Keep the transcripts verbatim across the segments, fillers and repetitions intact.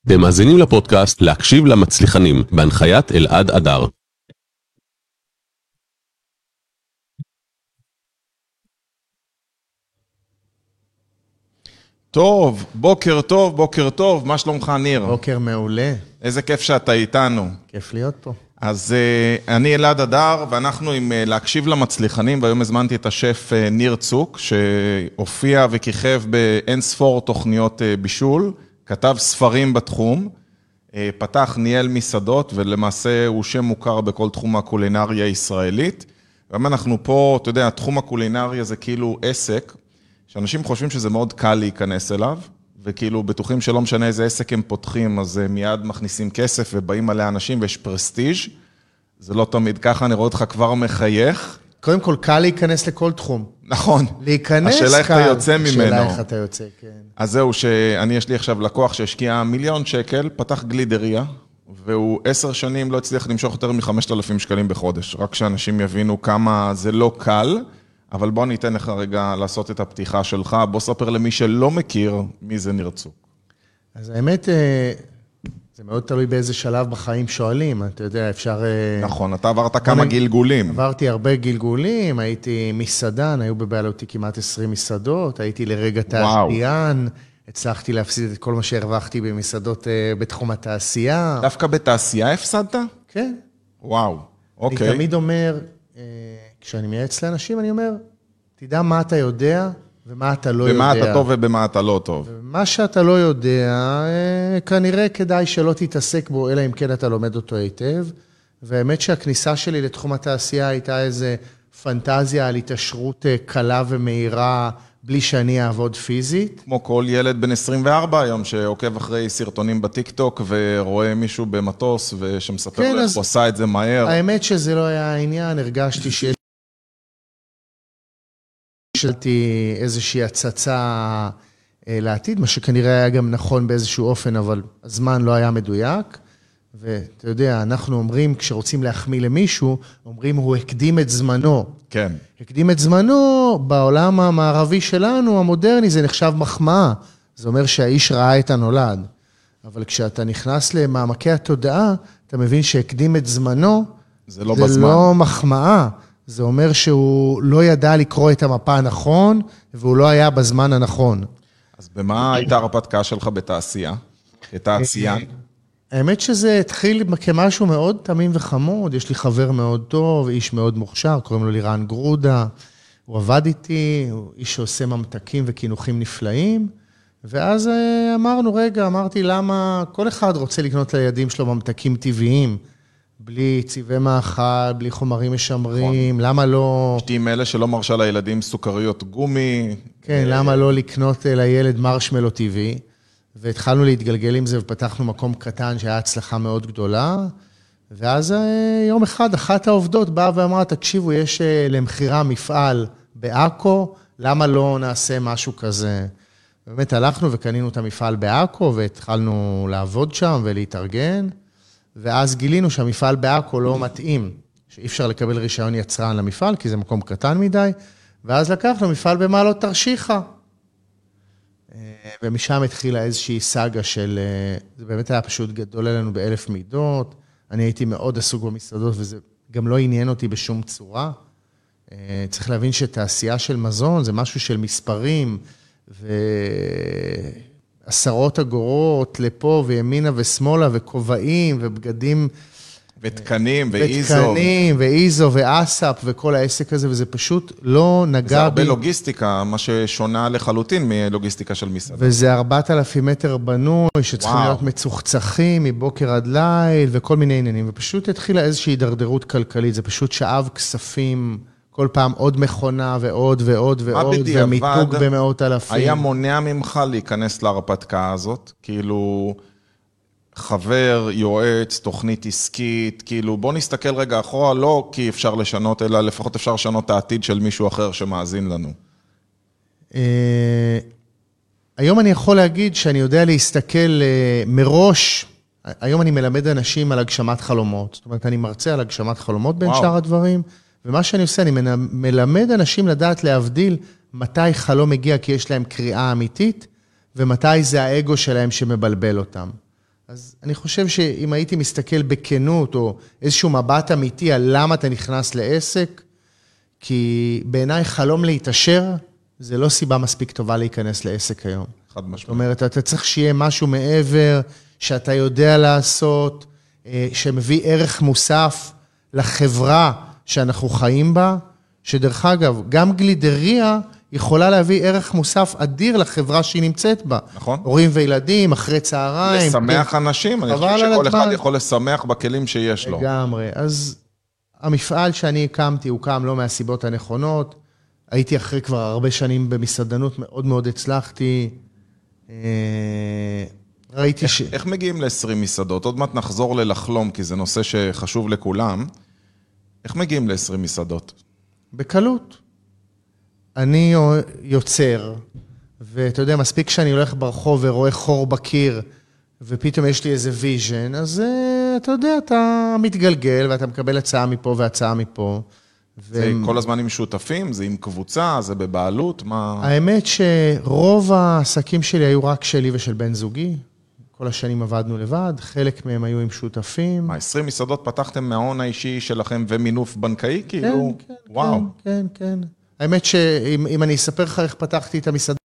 אתם מאזינים לפודקאסט להקשיב למצליחנים, בהנחיית אלעד אדר. טוב, בוקר טוב, בוקר טוב, מה שלומך ניר? בוקר מעולה. איזה כיף שאתה איתנו. כיף להיות פה. אז uh, אני אלעד אדר, ואנחנו עם uh, להקשיב למצליחנים, והיום הזמנתי את השף uh, ניר צוק, שהופיע וכיכב באין ספור תוכניות uh, בישול, כתב ספרים בתחום, uh, פתח ניהל מסעדות, ולמעשה הוא שם מוכר בכל תחום הקולינריה הישראלית. גם אנחנו פה, אתה יודע, התחום הקולינריה זה כאילו עסק, שאנשים חושבים שזה מאוד קל להיכנס אליו, וכאילו בטוחים שלא משנה איזה עסק הם פותחים, אז מיד מכניסים כסף ובאים עליה אנשים ויש פרסטיג'. זה לא תמיד ככה, אני רואה אותך כבר מחייך. קודם כל, קל להיכנס לכל תחום. נכון. להיכנס השאלה איך אתה יוצא ממנו. השאלה איך אתה יוצא, כן. אז זהו, שאני יש לי עכשיו לקוח שהשקיע מיליון שקל, פתח גלידריה, והוא עשר שנים לא הצליח למשוך יותר מחמשת אלפים שקלים בחודש, רק שאנשים יבינו כמה זה לא קל, אבל בוא ניתן לך רגע לעשות את הפתיחה שלך, בוא ספר למי שלא מכיר מי זה ניר צוק. אז האמת, זה מאוד תלוי באיזה שלב בחיים שואלים, אתה יודע, אפשר... נכון, אתה עברת כמה גלגולים. עברתי הרבה גלגולים, הייתי מסעדן, היו בבעלותי כמעט עשרים מסעדות, הייתי לרגע תעשיין, הצלחתי להפסיד את כל מה שהרווחתי במסעדות בתחום התעשייה. דווקא בתעשייה הפסדת? כן. וואו, אוקיי. אני תמיד אומר... כשאני מייעץ לאנשים, אני אומר, תדע מה אתה יודע ומה אתה לא יודע. במה אתה טוב ובמה אתה לא טוב. מה שאתה לא יודע, כנראה כדאי שלא תתעסק בו, אלא אם כן אתה לומד אותו היטב. והאמת שהכניסה שלי לתחום התעשייה הייתה איזו פנטזיה על התעשרות קלה ומהירה, בלי שאני אעבוד פיזית. כמו כל ילד בן עשרים וארבע היום, שעוקב אחרי סרטונים בטיקטוק, ורואה מישהו במטוס, ושמספר כן, לו איך הוא עשה את זה מהר. האמת שזה לא היה העניין, הרגשתי שיש... שלתי איזושהי הצצה לעתיד, מה שכנראה היה גם נכון באיזשהו אופן, אבל הזמן לא היה מדויק. ואתה יודע, אנחנו אומרים, כשרוצים להחמיא למישהו, אומרים, הוא הקדים את זמנו. כן. הקדים את זמנו, בעולם המערבי שלנו, המודרני, זה נחשב מחמאה. זה אומר שהאיש ראה את הנולד. אבל כשאתה נכנס למעמקי התודעה, אתה מבין שהקדים את זמנו, זה לא זה בזמן. לא מחמאה. זה אומר שהוא לא ידע לקרוא את המפה הנכון, והוא לא היה בזמן הנכון. אז במה הייתה הרפתקה שלך בתעשייה? כתעשיין? האמת שזה התחיל כמשהו מאוד תמים וחמוד, יש לי חבר מאוד טוב, איש מאוד מוכשר, קוראים לו לירן גרודה, הוא עבד איתי, הוא איש שעושה ממתקים וכינוחים נפלאים, ואז אמרנו, רגע, אמרתי, למה כל אחד רוצה לקנות לילדים שלו ממתקים טבעיים, בלי צבעי מאכל, בלי חומרים משמרים, למה לא... אשתי עם אלה שלא מרשה לילדים סוכריות גומי. כן, למה לא לקנות לילד מרשמלו טבעי? והתחלנו להתגלגל עם זה ופתחנו מקום קטן שהיה הצלחה מאוד גדולה, ואז יום אחד אחת העובדות באה ואמרה, תקשיבו, יש למחירה מפעל בעכו, למה לא נעשה משהו כזה? באמת הלכנו וקנינו את המפעל בעכו, והתחלנו לעבוד שם ולהתארגן, ואז גילינו שהמפעל בעכו לא מתאים, שאי אפשר לקבל רישיון יצרן למפעל, כי זה מקום קטן מדי, ואז לקחנו מפעל במעלות תרשיחא. ומשם התחילה איזושהי סאגה של, זה באמת היה פשוט גדול אלינו באלף מידות, אני הייתי מאוד עסוק במסעדות, וזה גם לא עניין אותי בשום צורה. צריך להבין שתעשייה של מזון זה משהו של מספרים, ועשרות אגורות לפה וימינה ושמאלה, וכובעים ובגדים, ותקנים ואיזו. ותקנים ואיזו ואסאפ וכל העסק הזה, וזה פשוט לא נגע בי. זה הרבה לוגיסטיקה, מה ששונה לחלוטין מלוגיסטיקה של מסעדה. וזה ארבעת אלפים מטר בנוי, שצריכים להיות מצוחצחים מבוקר עד ליל, וכל מיני עניינים. ופשוט התחילה איזושהי הידרדרות כלכלית, זה פשוט שאב כספים, כל פעם עוד מכונה ועוד ועוד ועוד, ומיתוג במאות אלפים. היה מונע ממך להיכנס להרפתקה הזאת, כאילו... חבר, יועץ, תוכנית עסקית, כאילו בוא נסתכל רגע אחורה, לא כי אפשר לשנות, אלא לפחות אפשר לשנות את העתיד של מישהו אחר שמאזין לנו. היום אני יכול להגיד שאני יודע להסתכל מראש, היום אני מלמד אנשים על הגשמת חלומות, זאת אומרת אני מרצה על הגשמת חלומות בין שאר הדברים, ומה שאני עושה, אני מלמד אנשים לדעת להבדיל מתי חלום מגיע כי יש להם קריאה אמיתית, ומתי זה האגו שלהם שמבלבל אותם. אז אני חושב שאם הייתי מסתכל בכנות, או איזשהו מבט אמיתי על למה אתה נכנס לעסק, כי בעיניי חלום להתעשר, זה לא סיבה מספיק טובה להיכנס לעסק היום. חד משמעית. זאת אומרת, אתה צריך שיהיה משהו מעבר, שאתה יודע לעשות, שמביא ערך מוסף לחברה שאנחנו חיים בה, שדרך אגב, גם גלידריה יכולה להביא ערך מוסף אדיר לחברה שהיא נמצאת בה. נכון. הורים וילדים, אחרי צהריים. לשמח כן. אנשים, אני חושב שכל אחד יכול לשמח בכלים שיש לו. לגמרי. אז המפעל שאני הקמתי, הוא קם לא מהסיבות הנכונות. הייתי אחרי כבר הרבה שנים במסעדנות, מאוד מאוד הצלחתי. ראיתי איך, ש... איך מגיעים ל-עשרים מסעדות? עוד מעט נחזור ללחלום, כי זה נושא שחשוב לכולם. איך מגיעים ל-עשרים מסעדות? בקלות. אני יוצר, ואתה יודע, מספיק שאני הולך ברחוב ורואה חור בקיר, ופתאום יש לי איזה ויז'ן, אז אתה יודע, אתה מתגלגל, ואתה מקבל הצעה מפה והצעה מפה. זה ו... כל הזמן עם שותפים? זה עם קבוצה? זה בבעלות? מה... האמת שרוב העסקים שלי היו רק שלי ושל בן זוגי. כל השנים עבדנו לבד, חלק מהם היו עם שותפים. מה, עשרים מסעדות פתחתם מההון האישי שלכם ומינוף בנקאי? כן, כאילו, כן, וואו. כן, כן, כן. האמת שאם אם אני אספר לך איך פתחתי את המסעדה,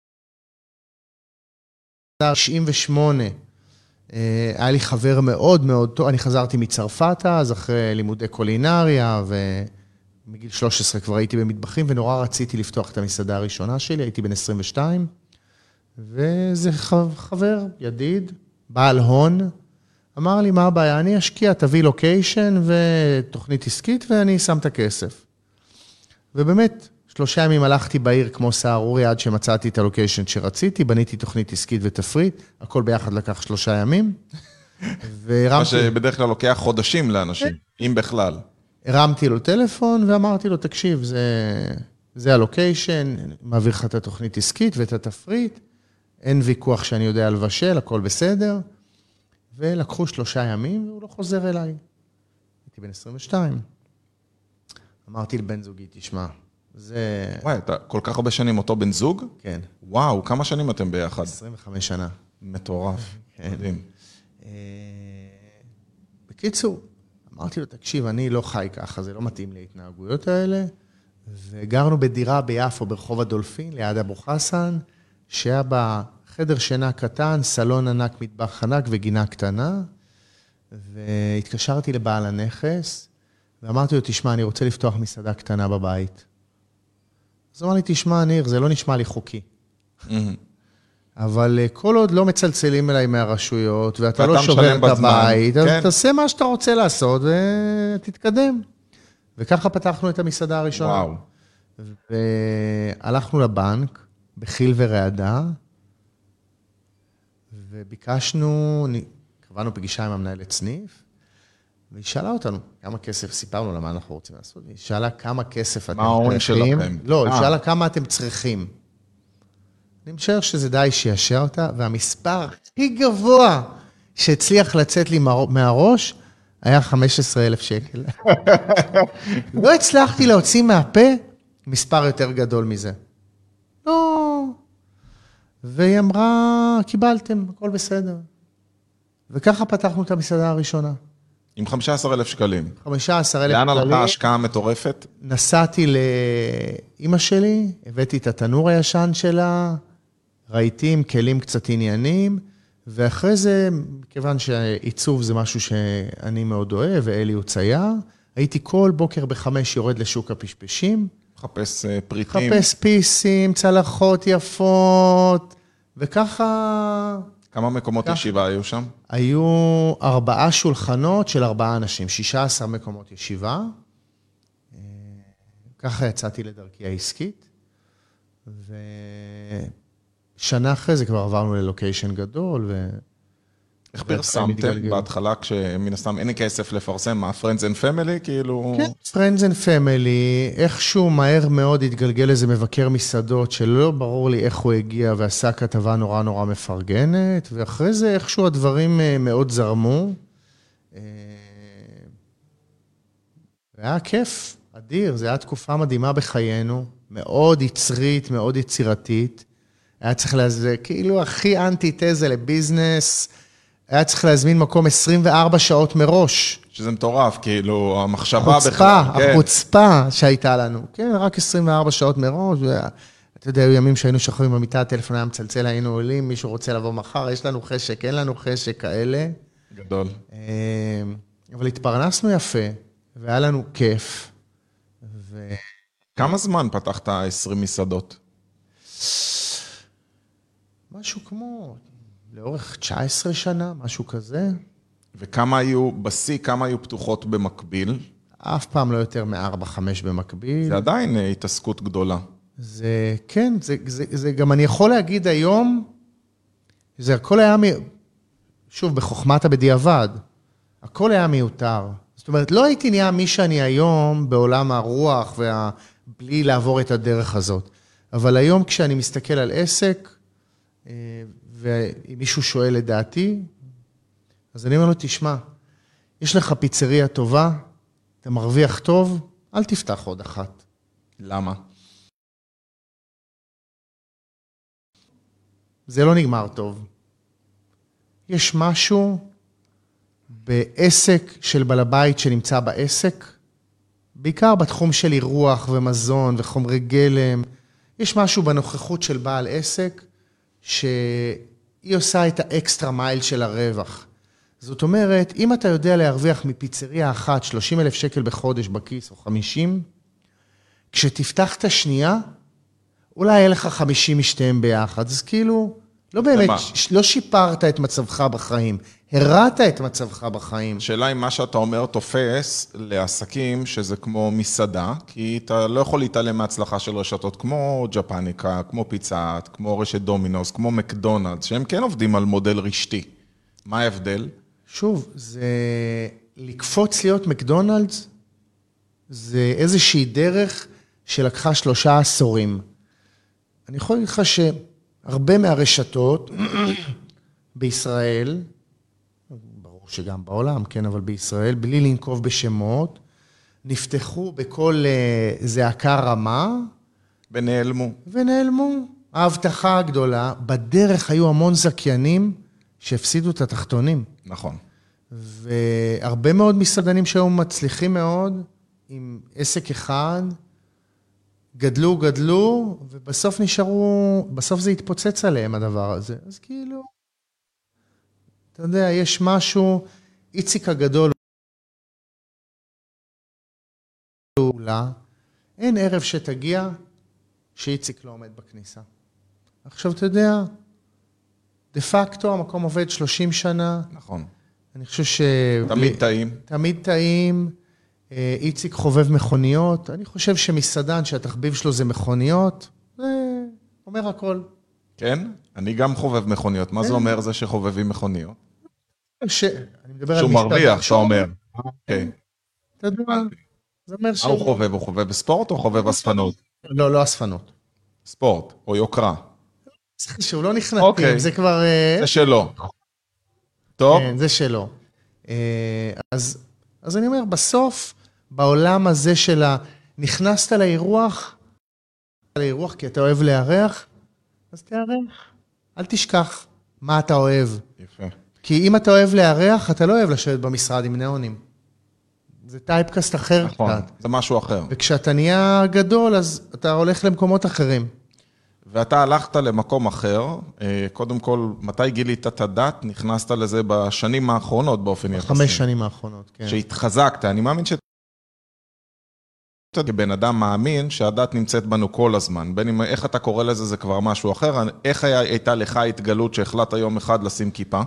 תשעים ושמונה, היה לי חבר מאוד מאוד טוב, אני חזרתי מצרפת אז, אחרי לימודי קולינריה, ומגיל שלוש עשרה כבר הייתי במטבחים, ונורא רציתי לפתוח את המסעדה הראשונה שלי, הייתי בן עשרים ושתיים, וזה חבר, ידיד, בעל הון, אמר לי, מה הבעיה? אני אשקיע, תביא לוקיישן ותוכנית עסקית, ואני שם את הכסף. ובאמת, שלושה ימים הלכתי בעיר כמו סערורי, עד שמצאתי את הלוקיישן שרציתי, בניתי תוכנית עסקית ותפריט, הכל ביחד לקח שלושה ימים. והרמתי... מה שבדרך כלל לוקח חודשים לאנשים, אם בכלל. הרמתי לו טלפון ואמרתי לו, תקשיב, זה, זה הלוקיישן, מעביר לך את התוכנית עסקית ואת התפריט, אין ויכוח שאני יודע לבשל, הכל בסדר, ולקחו שלושה ימים והוא לא חוזר אליי. הייתי בן עשרים ושתיים. אמרתי לבן זוגי, תשמע, זה... וואי, אתה כל כך הרבה שנים אותו בן זוג? כן. וואו, כמה שנים אתם ביחד? עשרים וחמש שנה. מטורף, מדהים. בקיצור, אמרתי לו, תקשיב, אני לא חי ככה, זה לא מתאים להתנהגויות האלה, וגרנו בדירה ביפו ברחוב הדולפין, ליד אבו חסן, שהיה בה חדר שינה קטן, סלון ענק, מטבח ענק וגינה קטנה, והתקשרתי לבעל הנכס, ואמרתי לו, תשמע, אני רוצה לפתוח מסעדה קטנה בבית. אז הוא אמר לי, תשמע, ניר, זה לא נשמע לי חוקי. אבל כל עוד לא מצלצלים אליי מהרשויות, ואתה לא שובר את הבית, אז תעשה מה שאתה רוצה לעשות, ותתקדם. וככה פתחנו את המסעדה הראשונה. וואו. והלכנו לבנק, בחיל ורעדה, וביקשנו, קבענו פגישה עם המנהלת סניף, והיא שאלה אותנו, כמה כסף, סיפרנו לה מה אנחנו רוצים לעשות, והיא שאלה כמה כסף אתם צריכים. מה ההון שלכם? לא, היא שאלה כמה אתם צריכים. אני משער שזה די שישר אותה, והמספר הכי גבוה שהצליח לצאת לי מהראש, היה חמישה עשר אלף שקל. לא הצלחתי להוציא מהפה מספר יותר גדול מזה. לא. והיא אמרה, קיבלתם, הכל בסדר. וככה פתחנו את המסעדה הראשונה. עם חמישה עשר אלף שקלים. חמישה עשר אלף שקלים. לאן הלכה השקעה מטורפת? נסעתי לאמא שלי, הבאתי את התנור הישן שלה, ראיתי עם כלים קצת עניינים, ואחרי זה, כיוון שעיצוב זה משהו שאני מאוד אוהב, ואלי הוא צייר, הייתי כל בוקר בחמש יורד לשוק הפשפשים. חפש פריטים. חפש פיסים, צלחות יפות, וככה... כמה מקומות ככה... ישיבה היו שם? היו ארבעה שולחנות של ארבעה אנשים, שישה עשר מקומות ישיבה. ככה יצאתי לדרכי העסקית, ושנה אחרי זה כבר עברנו ללוקיישן גדול, ו... איך פרסמתם בהתחלה, כשמן הסתם אין לי כסף לפרסם, מה, Friends and Family, כאילו... כן, Friends and Family, איכשהו מהר מאוד התגלגל איזה מבקר מסעדות, שלא ברור לי איך הוא הגיע, ועשה כתבה נורא נורא מפרגנת, ואחרי זה איכשהו הדברים מאוד זרמו. והיה כיף, אדיר, זו הייתה תקופה מדהימה בחיינו, מאוד יצרית, מאוד יצירתית. היה צריך לזה, כאילו הכי אנטי-תזה לביזנס, היה צריך להזמין מקום עשרים וארבע שעות מראש. שזה מטורף, כאילו, המחשבה החוצפה, בכלל. החוצפה שהייתה לנו. כן, רק עשרים וארבע שעות מראש. אתה יודע, היו ימים שהיינו שוכבים במיטה, הטלפון היה מצלצל, היינו עולים, מישהו רוצה לבוא מחר, יש לנו חשק, אין לנו חשק, כאלה. גדול. אבל התפרנסנו יפה, והיה לנו כיף. ו... כמה זמן פתחת עשרים מסעדות? משהו כמו, לאורך תשע עשרה שנה, משהו כזה. וכמה היו, בסי, כמה היו פתוחות במקביל? אף פעם לא יותר מארבע, חמש במקביל. זה עדיין התעסקות גדולה. זה, כן, זה, זה, זה גם אני יכול להגיד היום, זה הכל היה, שוב, בחוכמת הבדיעבד, הכל היה מיותר. זאת אומרת, לא הייתי נהיה מי שאני היום בעולם הרוח, וה... בלי לעבור את הדרך הזאת. אבל היום כשאני מסתכל על עסק, ואם מישהו שואל לדעתי, אז אני אומר לו, תשמע, יש לך פיצריה טובה, אתה מרוויח טוב, אל תפתח עוד אחת. למה? זה לא נגמר טוב. יש משהו בעסק של בעל הבית שנמצא בעסק, בעיקר בתחום של אירוח ומזון וחומרי גלם, יש משהו בנוכחות של בעל עסק, שהיא עושה את האקסטרה מייל של הרווח. זאת אומרת, אם אתה יודע להרוויח מפיצריה אחת, שלושים אלף שקל בחודש בכיס או חמישים, כשתפתח את השנייה, אולי יהיה לך חמישים משתיהם ביחד. אז כאילו, לא באמת, לא שיפרת את מצבך בחיים, הראת את מצבך בחיים. השאלה אם מה שאתה אומר תופס לעסקים שזה כמו מסעדה, כי אתה לא יכול להתעלם מההצלחה של רשתות כמו ג'פניקה, כמו פיצת, כמו רשת דומינוס, כמו מקדונלדס, שהם כן עובדים על מודל רשתי. מה ההבדל? שוב, זה לקפוץ להיות מקדונלדס, זה איזושהי דרך שלקחה שלושה עשורים. אני יכול להגיד לך שהרבה מהרשתות בישראל, ברור שגם בעולם, כן, אבל בישראל, בלי לנקוב בשמות, נפתחו בכל זעקה רמה. ונעלמו. ונעלמו. ההבטחה הגדולה, בדרך היו המון זכיינים שהפסידו את התחתונים. נכון. והרבה מאוד מסעדנים שהיו מצליחים מאוד, עם עסק אחד, גדלו, גדלו, ובסוף נשארו, בסוף זה התפוצץ עליהם הדבר הזה. אז כאילו, אתה יודע, יש משהו, איציק הגדול, אין ערב שתגיע, שאיציק לא עומד בכניסה. עכשיו אתה יודע, דה פקטו, המקום עובד שלושים שנה. נכון. אני חושב ש... תמיד טעים. תמיד טעים. איציק חובב מכוניות. אני חושב שמסעדן שהתחביב שלו זה מכוניות, זה אומר הכל. כן? אני גם חובב מכוניות. מה זה אומר זה שחובבים מכוניות? ש... אני מדבר על שהוא מרוויח, אתה אומר. אוקיי. אתה יודע, זה אומר ש... מה הוא חובב? הוא חובב בספורט או חובב אספנות? לא, לא אספנות. ספורט, או יוקרה. שהוא לא נכנתים, זה כבר... זה שלו. טוב? כן, זה שלו. אז, אז אני אומר, בסוף, בעולם הזה של ה... נכנסת לאירוח, לאירוח כי אתה אוהב לארח, אז תארח. אל תשכח מה אתה אוהב. יפה. כי אם אתה אוהב לארח, אתה לא אוהב לשבת במשרד עם נאונים. זה טייפקאסט אחר. נכון, זה משהו אחר. וכשאתה נהיה גדול, אז אתה הולך למקומות אחרים. ואתה הלכת למקום אחר, קודם כל, מתי גילית את הדת? נכנסת לזה בשנים האחרונות באופן יחסי. חמש שנים האחרונות, כן. שהתחזקת, אני מאמין ש... כבן אדם מאמין שהדת נמצאת בנו כל הזמן, בין אם איך אתה קורא לזה זה כבר משהו אחר, איך הייתה לך התגלות שהחלטת יום אחד לשים כיפה?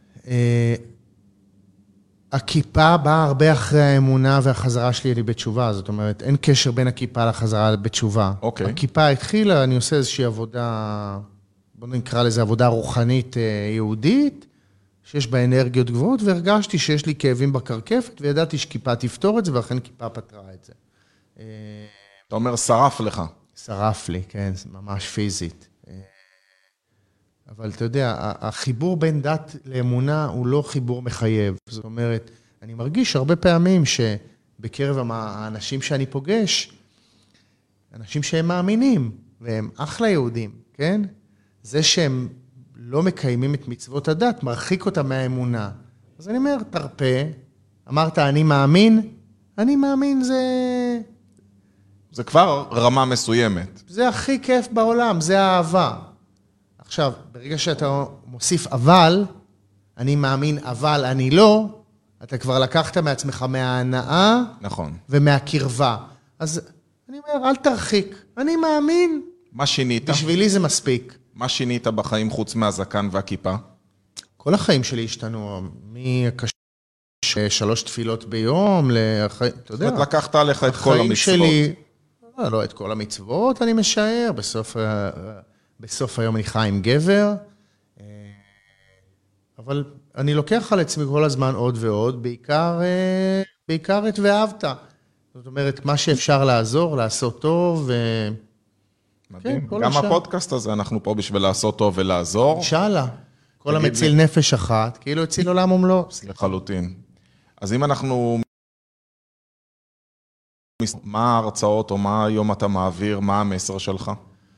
הכיפה באה הרבה אחרי האמונה והחזרה שלי לי בתשובה, זאת אומרת, אין קשר בין הכיפה לחזרה בתשובה. אוקיי. הכיפה התחילה, אני עושה איזושהי עבודה, בוא נקרא לזה עבודה רוחנית יהודית, שיש בה אנרגיות גבוהות, והרגשתי שיש לי כאבים בקרקפת, וידעתי שכיפה תפתור את זה, ואכן כיפה פתרה את זה. אתה אומר, שרף לך. שרף לי, כן, ממש פיזית. אבל אתה יודע, החיבור בין דת לאמונה הוא לא חיבור מחייב. זאת אומרת, אני מרגיש הרבה פעמים שבקרב האנשים שאני פוגש, אנשים שהם מאמינים, והם אחלה יהודים, כן? זה שהם לא מקיימים את מצוות הדת, מרחיק אותם מהאמונה. אז אני אומר, תרפה, אמרת, אני מאמין, אני מאמין זה... זה כבר רמה מסוימת. זה הכי כיף בעולם, זה האהבה. עכשיו, ברגע שאתה מוסיף אבל, אני מאמין אבל אני לא, אתה כבר לקחת מעצמך מההנאה, נכון. ומהקרבה. אז אני אומר, אל תרחיק, אני מאמין. מה שינית? בשבילי זה מספיק. מה שינית בחיים חוץ מהזקן והכיפה? כל החיים שלי השתנו, משלוש תפילות ביום, לחיים, אתה יודע. זאת אומרת, לקחת עליך את כל המצוות. שלי, לא, לא את כל המצוות, אני משער, בסוף, בסוף היום אני חי עם גבר, אבל אני לוקח על עצמי כל הזמן עוד ועוד, בעיקר, בעיקר את ואהבת. זאת אומרת, מה שאפשר לעזור, לעשות טוב, ו... מדהים. כן, גם השעה. הפודקאסט הזה, אנחנו פה בשביל לעשות טוב ולעזור. אינשאללה. כל המציל לי... נפש אחת, כאילו הציל עולם ומלואו. לחלוטין. אז אם אנחנו... מה ההרצאות או מה היום אתה מעביר, מה המסר שלך?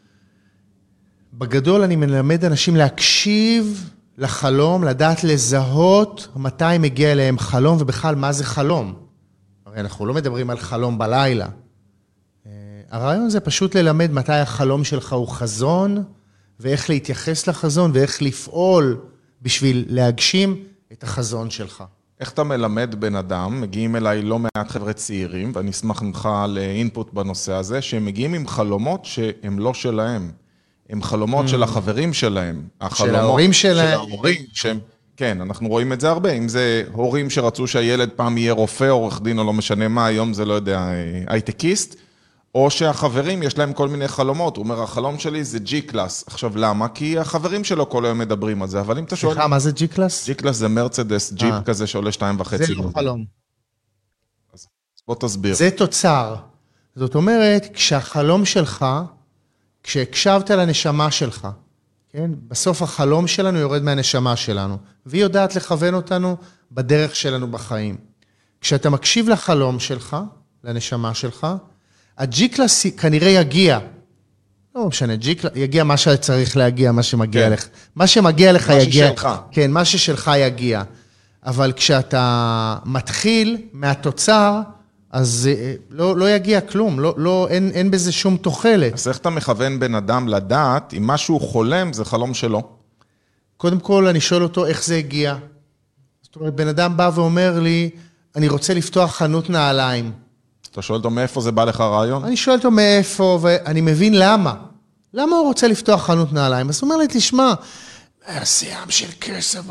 בגדול אני מלמד אנשים להקשיב לחלום, לדעת לזהות מתי מגיע אליהם חלום, ובכלל מה זה חלום. הרי אנחנו לא מדברים על חלום בלילה. הרעיון זה פשוט ללמד מתי החלום שלך הוא חזון, ואיך להתייחס לחזון, ואיך לפעול בשביל להגשים את החזון שלך. איך אתה מלמד בן אדם, מגיעים אליי לא מעט חבר'ה צעירים, ואני אשמח ממך לאינפוט בנושא הזה, שהם מגיעים עם חלומות שהם לא שלהם. הם חלומות של החברים שלהם. של ההורים שלהם. של ההורים שהם... כן, אנחנו רואים את זה הרבה. אם זה הורים שרצו שהילד פעם יהיה רופא, עורך דין או לא משנה מה, היום זה לא יודע, הייטקיסט, או שהחברים יש להם כל מיני חלומות. הוא אומר, החלום שלי זה ג'י-קלאס. עכשיו, למה? כי החברים שלו כל היום מדברים על זה, אבל אם אתה שואל... סליחה, מה זה ג'י-קלאס? ג'י-קלאס זה מרצדס, ג'יפ כזה שעולה שתיים וחצי. זה לא חלום. אז בוא תסביר. זה תוצר. זאת אומרת, כשהחלום שלך, כשהקשבת לנשמה שלך, כן? בסוף החלום שלנו יורד מהנשמה שלנו, והיא יודעת לכוון אותנו בדרך שלנו בחיים. כשאתה מקשיב לחלום שלך, לנשמה שלך, הג'י-קלאס כנראה יגיע. לא משנה, ג'י-קלאס, יגיע מה שצריך להגיע, מה שמגיע כן. לך. מה שמגיע לך מה יגיע. ששלך. כן, מה ששלך יגיע. אבל כשאתה מתחיל מהתוצר, אז לא, לא יגיע כלום, לא, לא, אין, אין בזה שום תוחלת. אז איך אתה מכוון בן אדם לדעת, אם משהו חולם, זה חלום שלו? קודם כל, אני שואל אותו איך זה הגיע. זאת אומרת, בן אדם בא ואומר לי, אני רוצה לפתוח חנות נעליים. אתה שואל אותו מאיפה זה בא לך רעיון? אני שואל אותו מאיפה, ואני מבין למה. למה הוא רוצה לפתוח חנות נעליים? אז הוא אומר לי, תשמע, שים של כסף,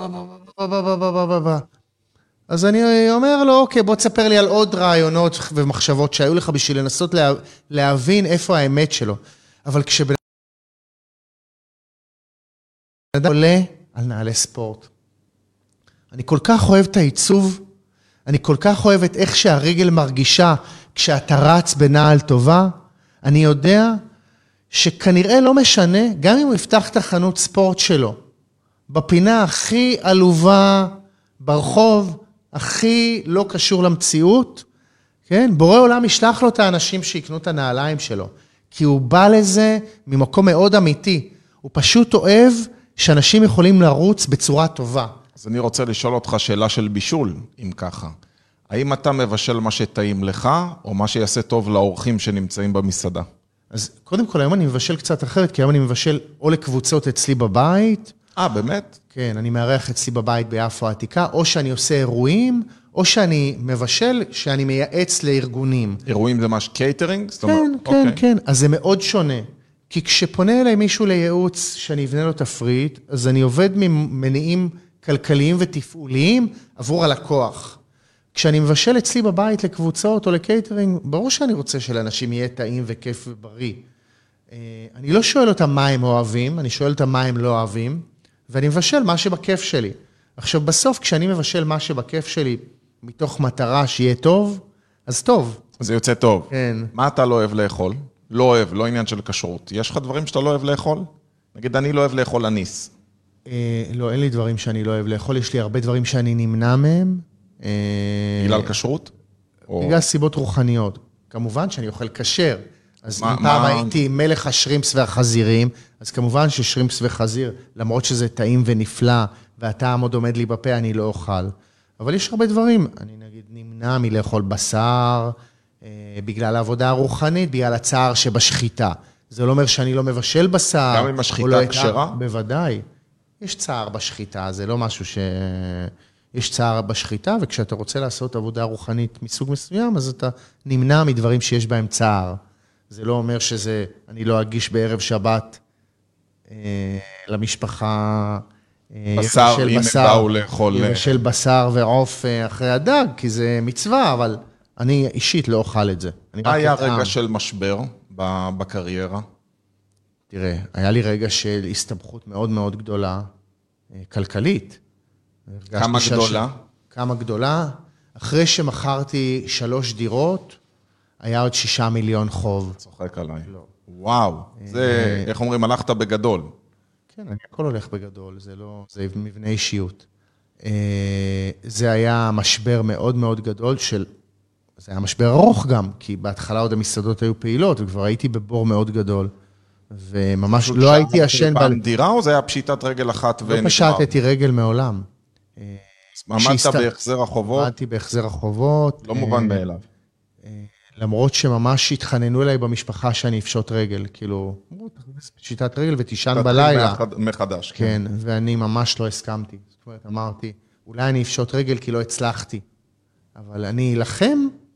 אז אני אומר לו, אוקיי, בוא תספר לי על עוד רעיונות ומחשבות שהיו לך בשביל לנסות לה, להבין איפה האמת שלו. אבל כשבן אדם עולה על נעלי ספורט, אני כל כך אוהב את העיצוב, אני כל כך אוהב את איך שהרגל מרגישה כשאתה רץ בנעל טובה, אני יודע שכנראה לא משנה, גם אם הוא יפתח את החנות ספורט שלו, בפינה הכי עלובה ברחוב, הכי לא קשור למציאות, כן? בורא עולם ישלח לו את האנשים שיקנו את הנעליים שלו, כי הוא בא לזה ממקום מאוד אמיתי. הוא פשוט אוהב שאנשים יכולים לרוץ בצורה טובה. אז אני רוצה לשאול אותך שאלה של בישול, אם ככה. האם אתה מבשל מה שטעים לך, או מה שיעשה טוב לאורחים שנמצאים במסעדה? אז קודם כל, היום אני מבשל קצת אחרת, כי היום אני מבשל או לקבוצות אצלי בבית. אה, באמת? כן, אני מארח אצלי בבית ביפו העתיקה, או שאני עושה אירועים, או שאני מבשל, שאני מייעץ לארגונים. אירועים זה מה קייטרינג? כן, כן, כן. אז זה מאוד שונה. כי כשפונה אליי מישהו לייעוץ שאני אבנה לו תפריט, אז אני עובד ממניעים כלכליים ותפעוליים עבור הלקוח. כשאני מבשל אצלי בבית לקבוצות או לקייטרינג, ברור שאני רוצה שלאנשים יהיה טעים וכיף ובריא. אני לא שואל אותם מה הם אוהבים, אני שואל אותם מה הם לא אוהבים, ואני מבשל מה שבכיף שלי. עכשיו, בסוף, כשאני מבשל מה שבכיף שלי, מתוך מטרה שיהיה טוב, אז טוב. זה יוצא טוב. כן. מה אתה לא אוהב לאכול? לא אוהב, לא עניין של כשרות. יש לך דברים שאתה לא אוהב לאכול? נגיד, אני לא אוהב לאכול אניס. אה, לא, אין לי דברים שאני לא אוהב לאכול. יש לי הרבה דברים שאני נמנע מהם. בגלל כשרות? בגלל סיבות רוחניות. כמובן שאני אוכל כשר, אז מה- אם פעם מה- הייתי מלך השרימפס והחזירים, אז כמובן ששרימפס וחזיר, למרות שזה טעים ונפלא, והטעם עוד עומד לי בפה, אני לא אוכל. אבל יש הרבה דברים, אני נגיד נמנע מלאכול בשר, אה, בגלל העבודה הרוחנית, בגלל הצער שבשחיטה. זה לא אומר שאני לא מבשל בשר. גם אם השחיטה או לא כשרה? אתער- בוודאי. יש צער בשחיטה, זה לא משהו ש... יש צער בשחיטה, וכשאתה רוצה לעשות עבודה רוחנית מסוג מסוים, אז אתה נמנע מדברים שיש בהם צער. זה לא אומר שזה, אני לא אגיש בערב שבת אה, למשפחה, אה, בשר, יבשל אם הם באו לאכול. יבשל בשר ועוף אה, אחרי הדג, כי זה מצווה, אבל אני אישית לא אוכל את זה. אני מה רק היה אטעם. רגע של משבר ב- בקריירה? תראה, היה לי רגע של הסתבכות מאוד מאוד גדולה, אה, כלכלית. הרגשתי כמה שהש- גדולה? כמה גדולה. אחרי שמכרתי שלוש דירות, היה עוד שישה מיליון חוב. צוחק עליי. לא. וואו, זה, איך אומרים, הלכת בגדול. כן, אני הכל הולך בגדול, זה לא, זה מבנה אישיות. אה, זה היה משבר מאוד מאוד גדול של, זה היה משבר ארוך גם, כי בהתחלה עוד המסעדות היו פעילות, וכבר הייתי בבור מאוד גדול, וממש לא הייתי ישן, פעם דירה או זה היה פשיטת רגל אחת לא ונגמר? פשטתי רגל מעולם. עמדת שהסת- בהחזר החובות, עמדתי בהחזר החובות. לא מובן אה, מאליו. למרות שממש התחננו אליי במשפחה שאני אפשוט רגל, כאילו, אמרו, תכניס פשיטת רגל ותישן תתחיל בלילה. מחד- מחדש. כן, ואני ממש לא הסכמתי. זאת אומרת, אמרתי, אולי אני אפשוט רגל כי לא הצלחתי, אבל אני אלחם,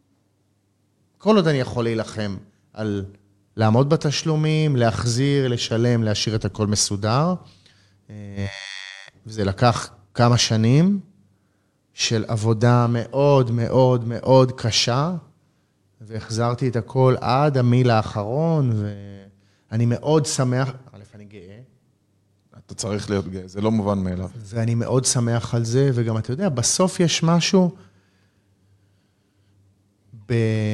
כל עוד אני יכול להילחם על לעמוד בתשלומים, להחזיר, לשלם, להשאיר את הכל מסודר. אה, וזה לקח כמה שנים של עבודה מאוד מאוד מאוד קשה, והחזרתי את הכל עד המיל האחרון, ואני מאוד שמח, א', אני גאה, אתה צריך להיות גאה, זה לא מובן מאליו. ואני מאוד שמח על זה, וגם אתה יודע, בסוף יש משהו ב...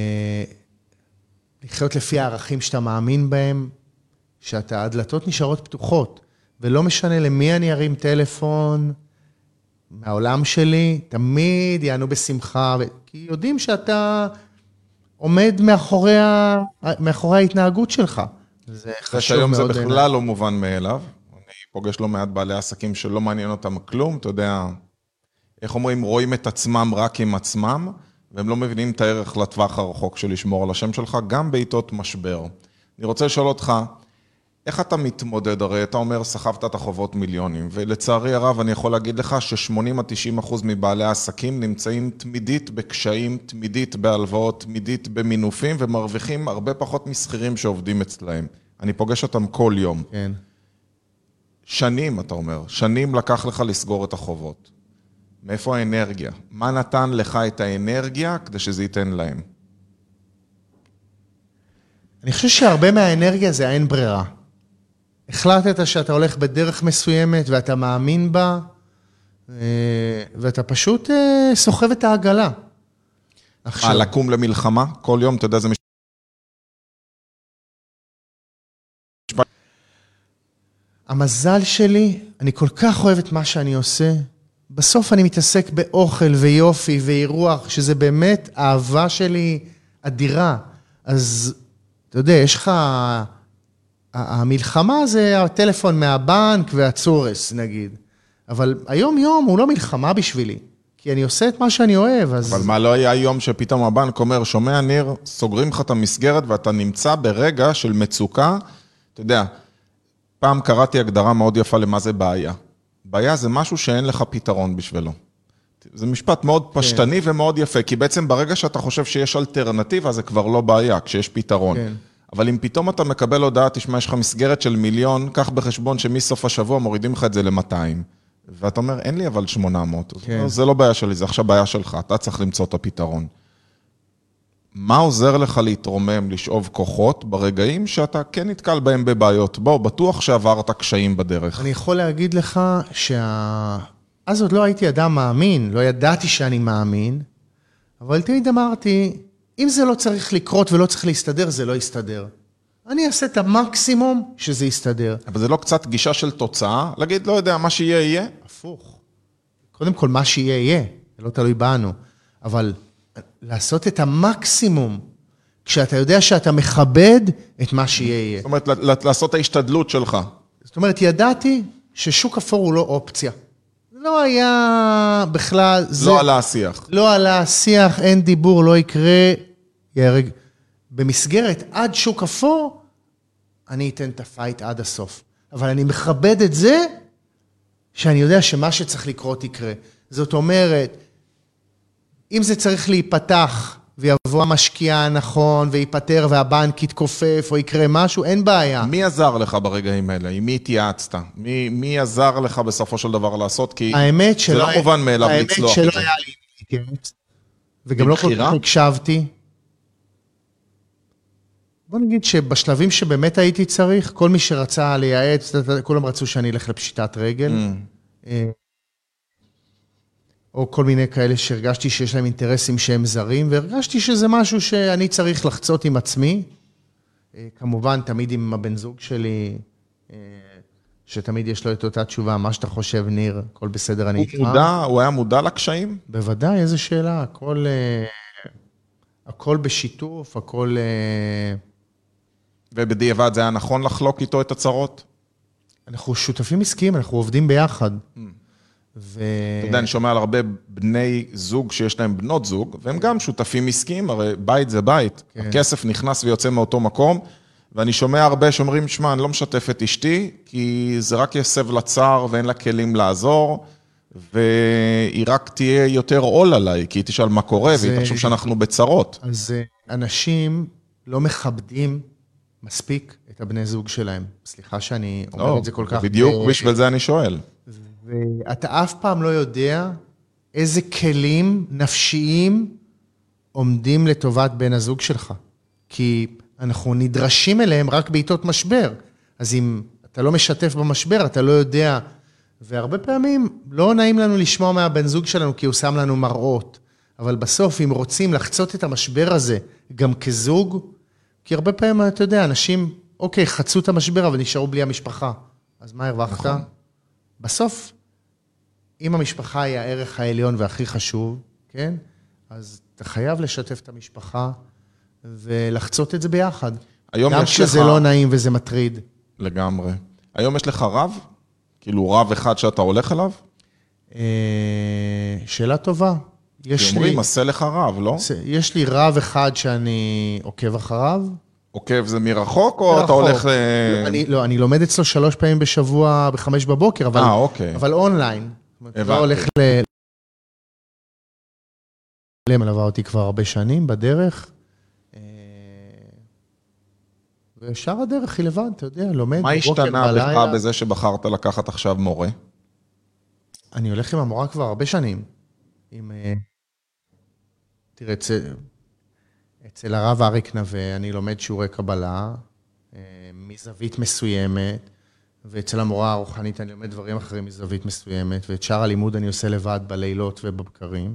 לחיות לפי הערכים שאתה מאמין בהם, שאתה, הדלתות נשארות פתוחות, ולא משנה למי אני ארים טלפון מהעולם שלי, תמיד יענו בשמחה, ו... כי יודעים שאתה עומד מאחורי, ה... מאחורי ההתנהגות שלך. זה חשוב שהיום זה מאוד. בכלל לא מובן מאליו. אני פוגש לא מעט בעלי עסקים שלא מעניין אותם כלום, אתה יודע, איך אומרים, רואים את עצמם רק עם עצמם, והם לא מבינים את הערך לטווח הרחוק של לשמור על השם שלך, גם בעיתות משבר. אני רוצה לשאול אותך, איך אתה מתמודד? הרי אתה אומר, סחבת את החובות מיליונים, ולצערי הרב אני יכול להגיד לך ש-שמונים עד תשעים אחוז מבעלי העסקים נמצאים תמידית בקשיים, תמידית בהלוואות, תמידית במינופים, ומרוויחים הרבה פחות מסחירים שעובדים אצלהם. אני פוגש אותם כל יום. כן. שנים, אתה אומר, שנים לקח לך לסגור את החובות. מאיפה האנרגיה? מה נתן לך את האנרגיה כדי שזה ייתן להם? אני חושב שהרבה מהאנרגיה זה האין ברירה. החלטת שאתה הולך בדרך מסוימת ואתה מאמין בה, ואתה פשוט סוחב את העגלה. מה, לקום למלחמה? כל יום, אתה יודע, זה משפט... המזל שלי, אני כל כך אוהב את מה שאני עושה, בסוף אני מתעסק באוכל ויופי ואירוח, שזה באמת אהבה שלי אדירה. אז אתה יודע, יש לך... המלחמה זה הטלפון מהבנק והצורס, נגיד. אבל היום יום הוא לא מלחמה בשבילי, כי אני עושה את מה שאני אוהב, אז... אבל מה, לא היה יום שפתאום הבנק אומר, שומע ניר, סוגרים לך את המסגרת ואתה נמצא ברגע של מצוקה, אתה יודע, פעם קראתי הגדרה מאוד יפה למה זה בעיה. בעיה זה משהו שאין לך פתרון בשבילו. זה משפט מאוד פשטני כן. ומאוד יפה, כי בעצם ברגע שאתה חושב שיש אלטרנטיבה, זה כבר לא בעיה, כשיש פתרון. כן. אבל אם פתאום אתה מקבל הודעה, תשמע, יש לך מסגרת של מיליון, קח בחשבון שמסוף השבוע מורידים לך את זה ל-מאתיים. ואתה אומר, אין לי אבל שמונה מאות. כן. זה לא בעיה שלי, זה עכשיו בעיה שלך, אתה צריך למצוא את הפתרון. מה עוזר לך להתרומם, לשאוב כוחות ברגעים שאתה כן נתקל בהם בבעיות? בוא, בטוח שעברת קשיים בדרך. אני יכול להגיד לך שה... אז עוד לא הייתי אדם מאמין, לא ידעתי שאני מאמין, אבל תמיד אמרתי, אם זה לא צריך לקרות ולא צריך להסתדר, זה לא יסתדר. אני אעשה את המקסימום שזה יסתדר. אבל זה לא קצת גישה של תוצאה? להגיד, לא יודע, מה שיהיה, יהיה? הפוך. קודם כל, מה שיהיה, יהיה. זה לא תלוי בנו. אבל לעשות את המקסימום, כשאתה יודע שאתה מכבד את מה שיהיה. זאת אומרת, לעשות ההשתדלות שלך. זאת אומרת, ידעתי ששוק אפור הוא לא אופציה. לא היה בכלל... לא עלה השיח. לא עלה השיח, אין דיבור, לא יקרה, יהרג. במסגרת עד שוק אפור, אני אתן את הפייט עד הסוף. אבל אני מכבד את זה, שאני יודע שמה שצריך לקרות יקרה. זאת אומרת, אם זה צריך להיפתח, ויבוא המשקיע הנכון, ויפטר, והבנק יתכופף, או יקרה משהו, אין בעיה. מי עזר לך ברגעים האלה? עם מי התייעצת? מי, מי עזר לך בסופו של דבר לעשות? כי זה לא מובן מאליו לצלוח. האמת שלא היה לי להתייעץ, וגם לא כל כך הקשבתי. בוא נגיד שבשלבים שבאמת הייתי צריך, כל מי שרצה לייעץ, כולם רצו שאני אלך לפשיטת רגל. או כל מיני כאלה שהרגשתי שיש להם אינטרסים שהם זרים, והרגשתי שזה משהו שאני צריך לחצות עם עצמי. כמובן, תמיד עם הבן זוג שלי, שתמיד יש לו את אותה תשובה, מה שאתה חושב, ניר, הכל בסדר, אני איתך. הוא מודע, הוא היה מודע לקשיים? בוודאי, איזו שאלה, הכל, הכל בשיתוף, הכל... ובדיעבד זה היה נכון לחלוק איתו את הצרות? אנחנו שותפים עסקיים, אנחנו עובדים ביחד. ו... אתה יודע, אני שומע על הרבה בני זוג שיש להם בנות זוג, והם גם שותפים עסקיים, הרי בית זה בית. כן. הכסף נכנס ויוצא מאותו מקום, ואני שומע הרבה שאומרים, שמע, אני לא משתף את אשתי, כי זה רק יסב לצער ואין לה כלים לעזור, והיא רק תהיה יותר עול עליי, כי היא תשאל מה קורה, זה... והיא תחשוב שאנחנו בצרות. אז אנשים לא מכבדים מספיק את הבני זוג שלהם. סליחה שאני אומר לא, את זה כל כך... בדיוק ב... בשביל זה אני שואל. ואתה אף פעם לא יודע איזה כלים נפשיים עומדים לטובת בן הזוג שלך. כי אנחנו נדרשים אליהם רק בעיתות משבר. אז אם אתה לא משתף במשבר, אתה לא יודע. והרבה פעמים לא נעים לנו לשמוע מהבן זוג שלנו, כי הוא שם לנו מראות. אבל בסוף, אם רוצים לחצות את המשבר הזה, גם כזוג, כי הרבה פעמים, אתה יודע, אנשים, אוקיי, חצו את המשבר, אבל נשארו בלי המשפחה. אז מה הרווחת? נכון. בסוף, אם המשפחה היא הערך העליון והכי חשוב, כן? אז אתה חייב לשתף את המשפחה ולחצות את זה ביחד. גם כשזה לך... לא נעים וזה מטריד. לגמרי. היום יש לך רב? כאילו רב אחד שאתה הולך עליו? שאלה טובה. יש אומרים, לי... עשה לך רב, לא? יש לי רב אחד שאני עוקב אחריו. עוקב זה מרחוק, או אתה הולך... לא, אני, לא, אני לומד אצלו שלוש פעמים בשבוע, בחמש בבוקר, אבל, אה, אוקיי. אבל אונליין. כבר הולך ל... מלווה אותי כבר הרבה שנים בדרך. ושאר הדרך היא לבד, אתה יודע, לומד. מה השתנה לך בזה שבחרת לקחת עכשיו מורה? אני הולך עם המורה כבר הרבה שנים. עם... תראה, אצל, אצל הרב אריק נווה, אני לומד שיעורי קבלה, מזווית מסוימת, ואצל המורה הרוחנית אני לומד דברים אחרים מזווית מסוימת, ואת שאר הלימוד אני עושה לבד בלילות ובבקרים.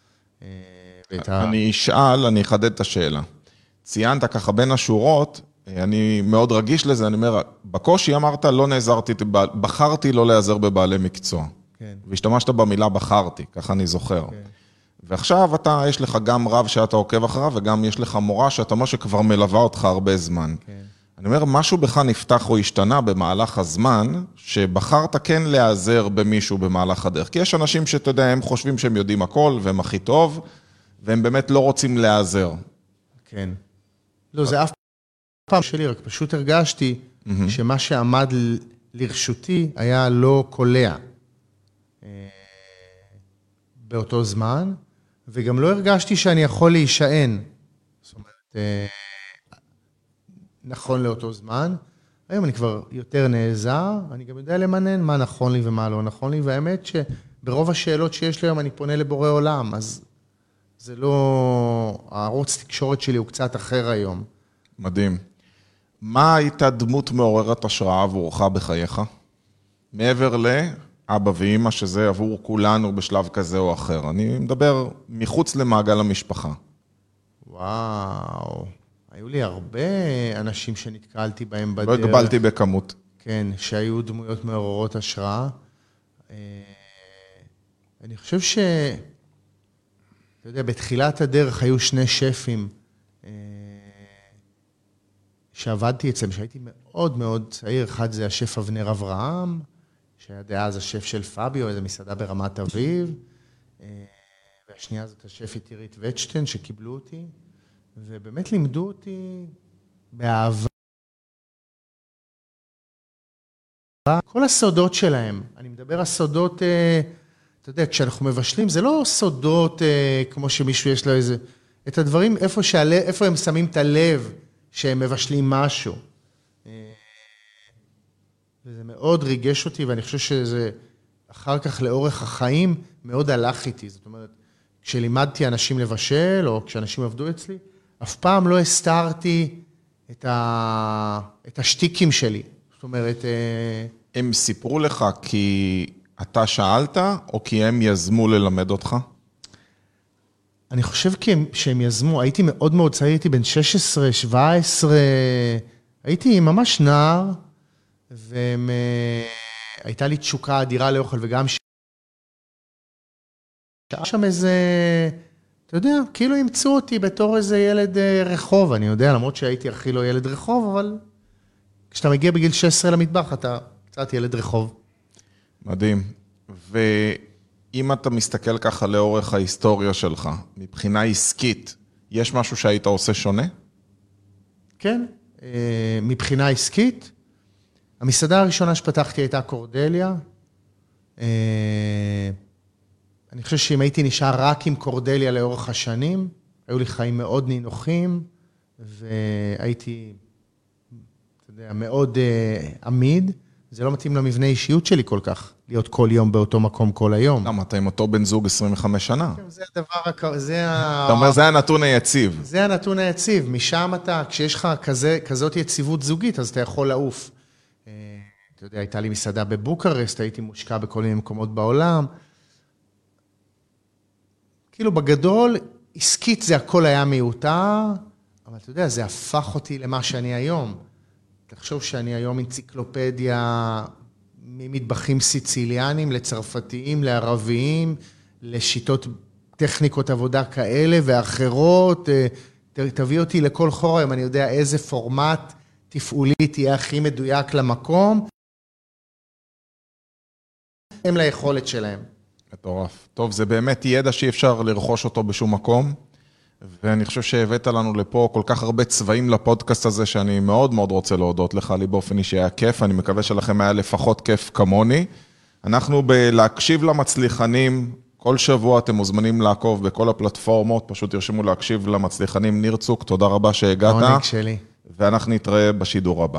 אני אשאל, אני אחדד את השאלה. ציינת ככה בין השורות, אני מאוד רגיש לזה, אני אומר, בקושי אמרת, לא נעזרתי, בחרתי לא להיעזר בבעלי מקצוע. כן. והשתמשת במילה בחרתי, ככה אני זוכר. כן. ועכשיו אתה, יש לך גם רב שאתה עוקב אחריו, וגם יש לך מורה שאתה אומר שכבר מלווה אותך הרבה זמן. כן. אני אומר, משהו בך נפתח או השתנה במהלך הזמן, שבחרת כן להיעזר במישהו במהלך הדרך. כי יש אנשים שאתה יודע, הם חושבים שהם יודעים הכל, והם הכי טוב, והם באמת לא רוצים להיעזר. כן. לא, זה אף פעם שלי, רק פשוט הרגשתי mm-hmm. שמה שעמד לרשותי היה לא קולע. באותו זמן, וגם לא הרגשתי שאני יכול להישען. זאת אומרת, נכון לאותו זמן. היום אני כבר יותר נעזר, אני גם יודע למנן מה נכון לי ומה לא נכון לי, והאמת שברוב השאלות שיש לי היום אני פונה לבורא עולם, אז זה לא... הערוץ תקשורת שלי הוא קצת אחר היום. מדהים. מה הייתה דמות מעוררת השראה עבורך בחייך? מעבר ל... אבא ואמא, שזה עבור כולנו בשלב כזה או אחר. אני מדבר מחוץ למעגל המשפחה. וואו, היו לי הרבה אנשים שנתקלתי בהם בדרך. לא הגבלתי בכמות. כן, שהיו דמויות מעוררות השראה. אני חושב ש... אתה יודע, בתחילת הדרך היו שני שפים שעבדתי אצלם, שהייתי מאוד מאוד צעיר, אחד זה השף אבנר אברהם, שהיה דאז השף של פאביו, איזו מסעדה ברמת אביב, והשנייה זאת השף איתירית וצ'טן, שקיבלו אותי, ובאמת לימדו אותי באהבה. כל הסודות שלהם, אני מדבר על סודות, אתה יודע, כשאנחנו מבשלים, זה לא סודות כמו שמישהו יש לו איזה, את הדברים איפה, שהלב, איפה הם שמים את הלב שהם מבשלים משהו. וזה מאוד ריגש אותי, ואני חושב שזה אחר כך לאורך החיים מאוד הלך איתי. זאת אומרת, כשלימדתי אנשים לבשל, או כשאנשים עבדו אצלי, אף פעם לא הסתרתי את, ה... את השטיקים שלי. זאת אומרת... הם סיפרו לך כי אתה שאלת, או כי הם יזמו ללמד אותך? אני חושב שהם יזמו, הייתי מאוד מאוד צעיר, הייתי בן שש עשרה, שבע עשרה, הייתי ממש נער, והייתה לי תשוקה אדירה לאוכל, וגם שהיה שם איזה, אתה יודע, כאילו ימצאו אותי בתור איזה ילד רחוב, אני יודע, למרות שהייתי הכי לא ילד רחוב, אבל כשאתה מגיע בגיל שש עשרה למטבח, אתה קצת ילד רחוב. מדהים. ואם אתה מסתכל ככה לאורך ההיסטוריה שלך, מבחינה עסקית, יש משהו שהיית עושה שונה? כן, מבחינה עסקית, המסעדה הראשונה שפתחתי הייתה קורדליה. אני חושב שאם הייתי נשאר רק עם קורדליה לאורך השנים, היו לי חיים מאוד נינוחים, והייתי, אתה יודע, מאוד עמיד. זה לא מתאים למבנה אישיות שלי כל כך, להיות כל יום באותו מקום כל היום. למה, אתה עם אותו בן זוג עשרים וחמש שנה? זה הדבר, זה ה... אתה אומר, זה הנתון היציב. זה הנתון היציב. משם אתה, כשיש לך כזה, כזאת יציבות זוגית, אז אתה יכול לעוף. אתה יודע, הייתה לי מסעדה בבוקרסט, הייתי מושקע בכל מיני מקומות בעולם. כאילו בגדול, עסקית זה הכל היה מיותר, אבל אתה יודע, זה הפך אותי למה שאני היום. תחשוב שאני היום אנציקלופדיה ממטבחים סיציליאנים לצרפתיים, לערביים, לשיטות טכניקות עבודה כאלה ואחרות. תביא אותי לכל חור היום, אני יודע איזה פורמט תפעולי תהיה הכי מדויק למקום. הם ליכולת שלהם. מטורף. טוב, זה באמת ידע שאי אפשר לרכוש אותו בשום מקום, ואני חושב שהבאת לנו לפה כל כך הרבה צבעים לפודקאסט הזה, שאני מאוד מאוד רוצה להודות לך, לי באופן אישי היה כיף, אני מקווה שלכם היה לפחות כיף כמוני. אנחנו בלהקשיב למצליחנים, כל שבוע אתם מוזמנים לעקוב בכל הפלטפורמות, פשוט תרשמו להקשיב למצליחנים. ניר צוק, תודה רבה שהגעת. העונג שלי. ואנחנו נתראה בשידור הבא.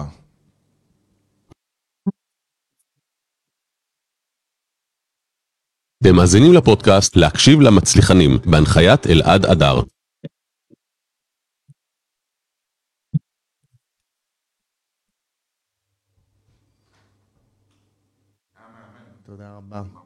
אתם מאזינים לפודקאסט להקשיב למצליחנים, בהנחיית אלעד אדר. תודה רבה.